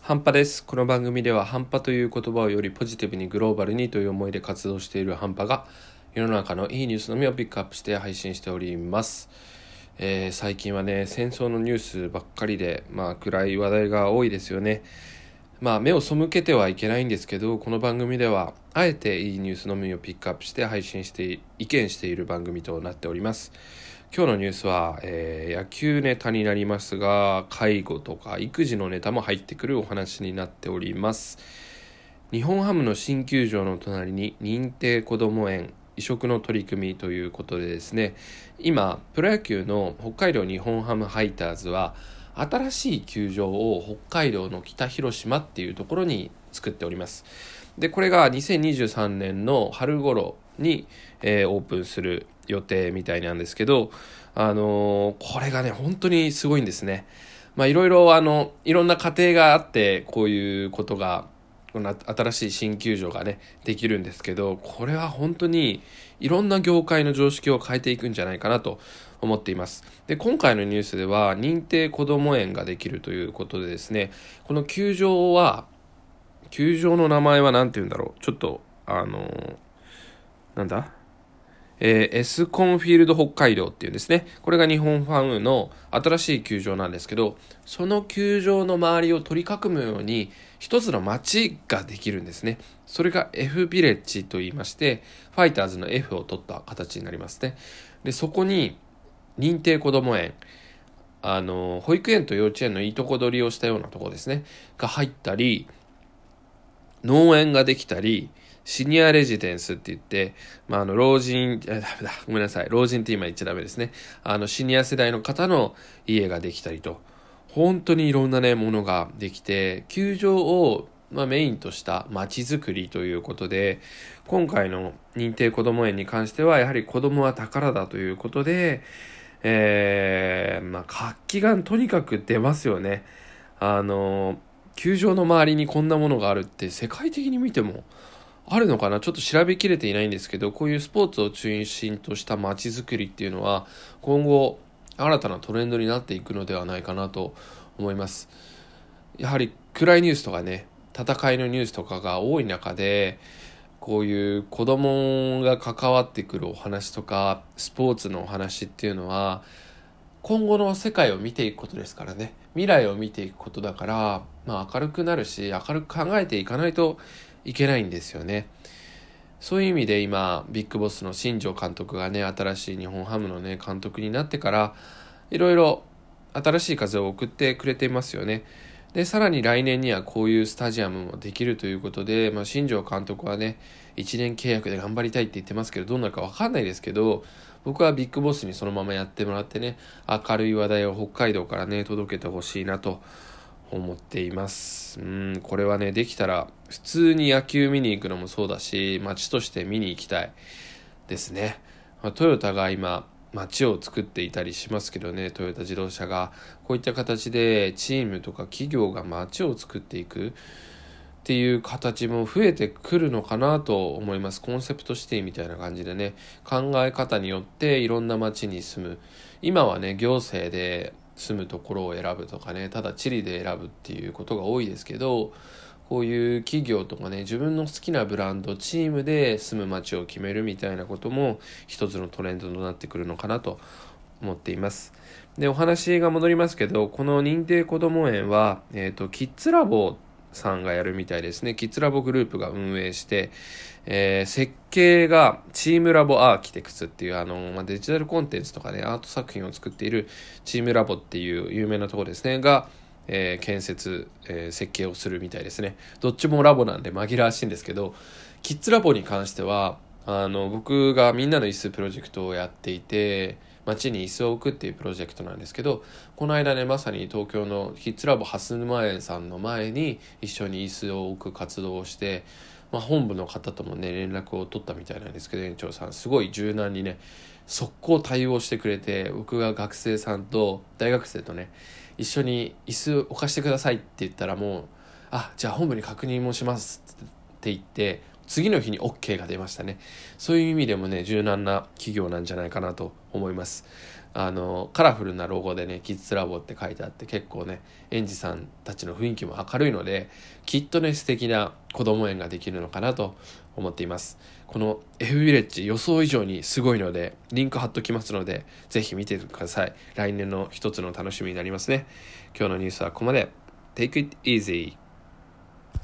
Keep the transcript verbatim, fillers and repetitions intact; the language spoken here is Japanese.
ハンパです。この番組ではハンパという言葉をよりポジティブにグローバルにという思いで活動しているハンパが世の中のいいニュースのみをピックアップして配信しております。えー、最近はね戦争のニュースばっかりでまあ暗い話題が多いですよね。まあ目を背けてはいけないんですけど、この番組ではあえていいニュースのみをピックアップして配信して意見している番組となっております。今日のニュースは、えー、野球ネタになりますが、介護とか育児のネタも入ってくるお話になっております。日本ハムの新球場の隣に認定こども園移植の取り組みということでですね、今プロ野球の北海道日本ハムファイターズは新しい球場を北海道の北広島っていうところに作っております。でこれがにせんにじゅうさんねんの春頃に、えー、オープンする予定みたいなんですけど、あのー、これがね本当にすごいんですね。まあいろいろあのいろんな過程があってこういうことがこの新しい新球場がねできるんですけど、これは本当にいろんな業界の常識を変えていくんじゃないかなと思っています。で今回のニュースでは認定こども園ができるということでですね、この球場は球場の名前は何て言うんだろう、ちょっとあのー、なんだえー、エスコンフィールド北海道っていうんですね。これが日本ファムの新しい球場なんですけど、その球場の周りを取り囲むように一つの街ができるんですね。それが F ビレッジと言いまして、ファイターズの F を取った形になりますね。でそこに認定こども園、あの保育園と幼稚園のいいとこ取りをしたようなところですねが入ったり、農園ができたり、シニアレジデンスって言って、まあ、あの老人ダメだごめんなさい老人って今言っちゃダメですね。あのシニア世代の方の家ができたりと、本当にいろんなねものができて、球場を、まあ、メインとした街づくりということで、今回の認定こども園に関してはやはり子どもは宝だということで、えー、まあ活気がとにかく出ますよね。あの球場の周りにこんなものがあるって世界的に見てもあるのかな、ちょっと調べきれていないんですけど、こういうスポーツを中心とした街づくりっていうのは今後新たなトレンドになっていくのではないかなと思います。やはり暗いニュースとかね、戦いのニュースとかが多い中で、こういう子供が関わってくるお話とかスポーツのお話っていうのは今後の世界を見ていくことですからね、未来を見ていくことだから、まあ、明るくなるし明るく考えていかないといけないんですよね。そういう意味で今ビッグボスの新庄監督がね新しい日本ハムのね監督になってからいろいろ新しい風を送ってくれていますよね。でさらに来年にはこういうスタジアムもできるということで、まあ、新庄監督はねいちねん契約で頑張りたいって言ってますけど、どうなるか分かんないですけど、僕はビッグボスにそのままやってもらってね、明るい話題を北海道からね届けてほしいなと思っています。うん、これはねできたら普通に野球見に行くのもそうだし、街として見に行きたいですね。まあ、トヨタが今街を作っていたりしますけどね、トヨタ自動車がこういった形でチームとか企業が街を作っていくっていう形も増えてくるのかなと思います。コンセプトシティみたいな感じでね、考え方によっていろんな街に住む、今はね行政で住むところを選ぶとかね、ただ地理で選ぶっていうことが多いですけど、こういう企業とかね自分の好きなブランドチームで住む街を決めるみたいなことも一つのトレンドとなってくるのかなと思っています。でお話が戻りますけど、この認定こども園は、えーと、キッズラボさんがやるみたいですね。キッズラボグループが運営して、えー、設計がチームラボアーキテクツっていうあの、まあ、デジタルコンテンツとかねアート作品を作っているチームラボっていう有名なところですねが、えー、建設、えー、設計をするみたいですね。どっちもラボなんで紛らわしいんですけど、キッズラボに関してはあの僕がみんなの椅子プロジェクトをやっていて、街に椅子を置くっていうプロジェクトなんですけど、この間ねまさに東京のキッズラボ蓮沼園さんの前に一緒に椅子を置く活動をして、まあ、本部の方ともね連絡を取ったみたいなんですけど、園長さんすごい柔軟にね速攻対応してくれて、僕が学生さんと大学生とね一緒に椅子置かしてくださいって言ったら、もうあじゃあ本部に確認もしますって言って次の日に OK が出ましたね。そういう意味でもね柔軟な企業なんじゃないかなと思います。 あのカラフルなロゴでね、キッズラボって書いてあって、結構ね園児さんたちの雰囲気も明るいので、きっとね素敵な子ども園ができるのかなと思っています。この F ビレッジ予想以上にすごいので、リンク貼っときますのでぜひ見てください。来年の一つの楽しみになりますね。今日のニュースはここまで。 Take it easy.